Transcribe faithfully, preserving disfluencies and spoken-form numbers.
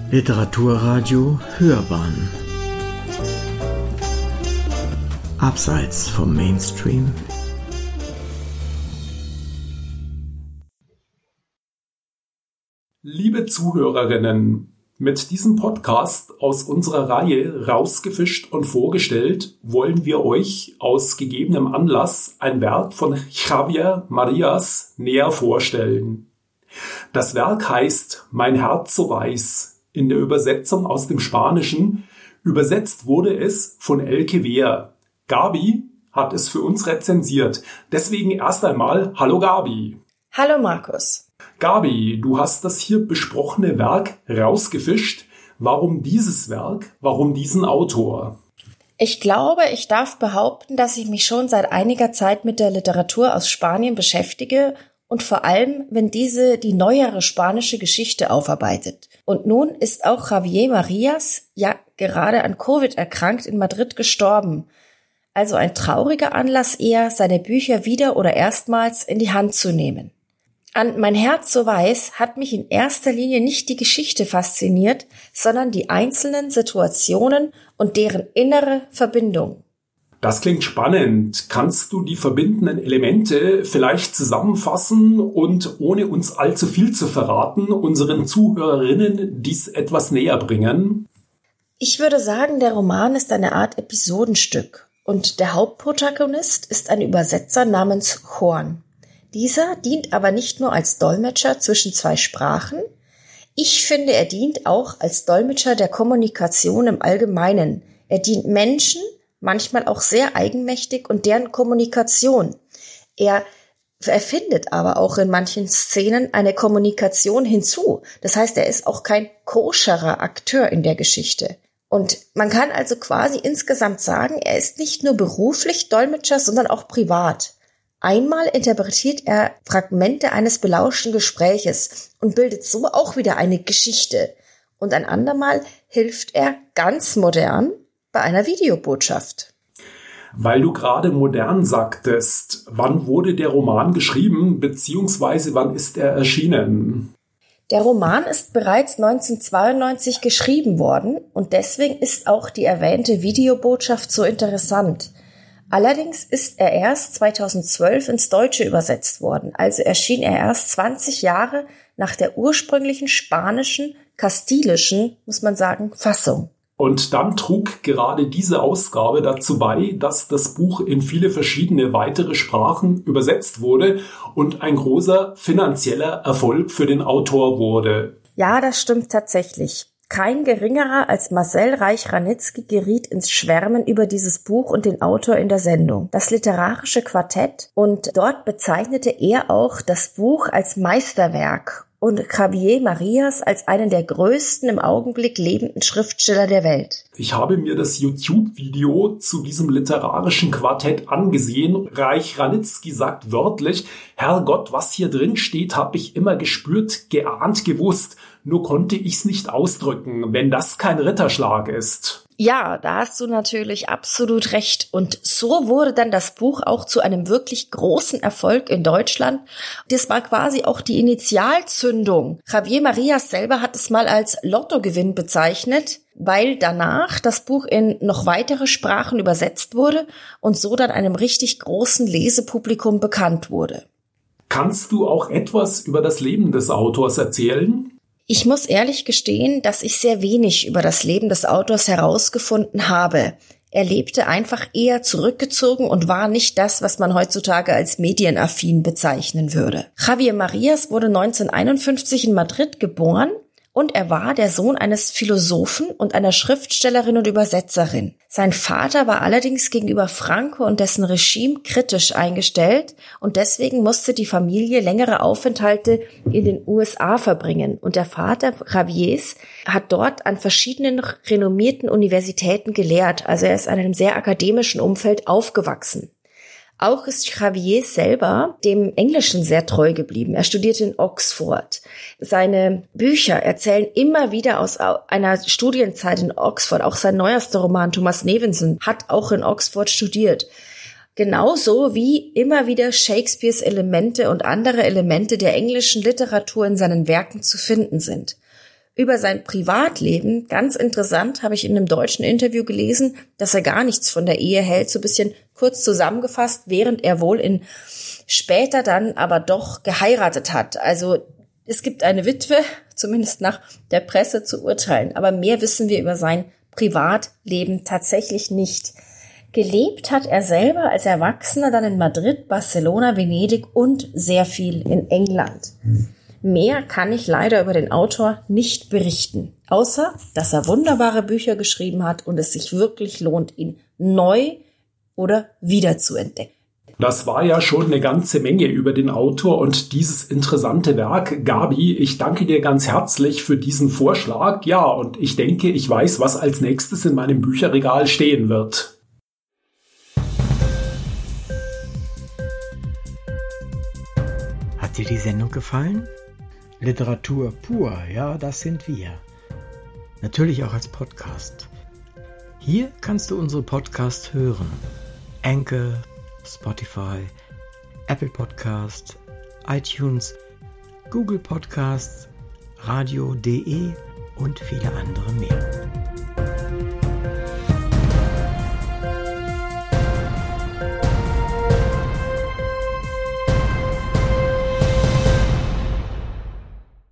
Literaturradio Hörbahn Abseits vom Mainstream. Liebe Zuhörerinnen, mit diesem Podcast aus unserer Reihe Rausgefischt und vorgestellt wollen wir euch aus gegebenem Anlass ein Werk von Javier Marías näher vorstellen. Das Werk heißt Mein Herz so weiß. In der Übersetzung aus dem Spanischen. Übersetzt wurde es von Elke Wehr. Gabi hat es für uns rezensiert. Deswegen erst einmal Hallo Gabi. Hallo Markus. Gabi, du hast das hier besprochene Werk rausgefischt. Warum dieses Werk? Warum diesen Autor? Ich glaube, ich darf behaupten, dass ich mich schon seit einiger Zeit mit der Literatur aus Spanien beschäftige und vor allem, wenn diese die neuere spanische Geschichte aufarbeitet. Und nun ist auch Javier Marías ja gerade an Covid erkrankt in Madrid gestorben. Also ein trauriger Anlass eher, seine Bücher wieder oder erstmals in die Hand zu nehmen. An Mein Herz so weiß hat mich in erster Linie nicht die Geschichte fasziniert, sondern die einzelnen Situationen und deren innere Verbindung. Das klingt spannend. Kannst du die verbindenden Elemente vielleicht zusammenfassen und ohne uns allzu viel zu verraten, unseren Zuhörerinnen dies etwas näher bringen? Ich würde sagen, der Roman ist eine Art Episodenstück und der Hauptprotagonist ist ein Übersetzer namens Juan. Dieser dient aber nicht nur als Dolmetscher zwischen zwei Sprachen. Ich finde, er dient auch als Dolmetscher der Kommunikation im Allgemeinen. Er dient Menschen, manchmal auch sehr eigenmächtig und deren Kommunikation. Er erfindet aber auch in manchen Szenen eine Kommunikation hinzu. Das heißt, er ist auch kein koscherer Akteur in der Geschichte. Und man kann also quasi insgesamt sagen, er ist nicht nur beruflich Dolmetscher, sondern auch privat. Einmal interpretiert er Fragmente eines belauschten Gespräches und bildet so auch wieder eine Geschichte. Und ein andermal hilft er ganz modern bei einer Videobotschaft. Weil du gerade modern sagtest, wann wurde der Roman geschrieben, beziehungsweise wann ist er erschienen? Der Roman ist bereits neunzehnhundertzweiundneunzig geschrieben worden und deswegen ist auch die erwähnte Videobotschaft so interessant. Allerdings ist er erst zweitausendzwölf ins Deutsche übersetzt worden, also erschien er erst zwanzig Jahre nach der ursprünglichen spanischen, kastilischen, muss man sagen, Fassung. Und dann trug gerade diese Ausgabe dazu bei, dass das Buch in viele verschiedene weitere Sprachen übersetzt wurde und ein großer finanzieller Erfolg für den Autor wurde. Ja, das stimmt tatsächlich. Kein geringerer als Marcel Reich-Ranitzky geriet ins Schwärmen über dieses Buch und den Autor in der Sendung, das literarische Quartett, und dort bezeichnete er auch das Buch als Meisterwerk und Javier Marías als einen der größten im Augenblick lebenden Schriftsteller der Welt. Ich habe mir das YouTube-Video zu diesem literarischen Quartett angesehen. Reich-Ranitzky sagt wörtlich, Herrgott, was hier drin steht, habe ich immer gespürt, geahnt, gewusst. Nur konnte ich's nicht ausdrücken, wenn das kein Ritterschlag ist. Ja, da hast du natürlich absolut recht. Und so wurde dann das Buch auch zu einem wirklich großen Erfolg in Deutschland. Das war quasi auch die Initialzündung. Javier Marías selber hat es mal als Lottogewinn bezeichnet, weil danach das Buch in noch weitere Sprachen übersetzt wurde und so dann einem richtig großen Lesepublikum bekannt wurde. Kannst du auch etwas über das Leben des Autors erzählen? Ich muss ehrlich gestehen, dass ich sehr wenig über das Leben des Autors herausgefunden habe. Er lebte einfach eher zurückgezogen und war nicht das, was man heutzutage als medienaffin bezeichnen würde. Javier Marías wurde neunzehnhunderteinundfünfzig in Madrid geboren und er war der Sohn eines Philosophen und einer Schriftstellerin und Übersetzerin. Sein Vater war allerdings gegenüber Franco und dessen Regime kritisch eingestellt und deswegen musste die Familie längere Aufenthalte in den U S A verbringen. Und der Vater Javiers hat dort an verschiedenen renommierten Universitäten gelehrt. Also er ist in einem sehr akademischen Umfeld aufgewachsen. Auch ist Javier selber dem Englischen sehr treu geblieben. Er studierte in Oxford. Seine Bücher erzählen immer wieder aus einer Studienzeit in Oxford. Auch sein neuester Roman, Thomas Nevinson, hat auch in Oxford studiert. Genauso wie immer wieder Shakespeares Elemente und andere Elemente der englischen Literatur in seinen Werken zu finden sind. Über sein Privatleben, ganz interessant, habe ich in einem deutschen Interview gelesen, dass er gar nichts von der Ehe hält, so ein bisschen kurz zusammengefasst, während er wohl in später dann aber doch geheiratet hat. Also es gibt eine Witwe, zumindest nach der Presse zu urteilen, aber mehr wissen wir über sein Privatleben tatsächlich nicht. Gelebt hat er selber als Erwachsener dann in Madrid, Barcelona, Venedig und sehr viel in England. Mehr kann ich leider über den Autor nicht berichten, außer dass er wunderbare Bücher geschrieben hat und es sich wirklich lohnt, ihn neu oder wieder zu entdecken. Das war ja schon eine ganze Menge über den Autor und dieses interessante Werk. Gabi, ich danke dir ganz herzlich für diesen Vorschlag. Ja, und ich denke, ich weiß, was als nächstes in meinem Bücherregal stehen wird. Hat dir die Sendung gefallen? Literatur pur, ja, das sind wir. Natürlich auch als Podcast. Hier kannst du unsere Podcasts hören. Anchor, Spotify, Apple Podcasts, iTunes, Google Podcasts, radio punkt de und viele andere mehr.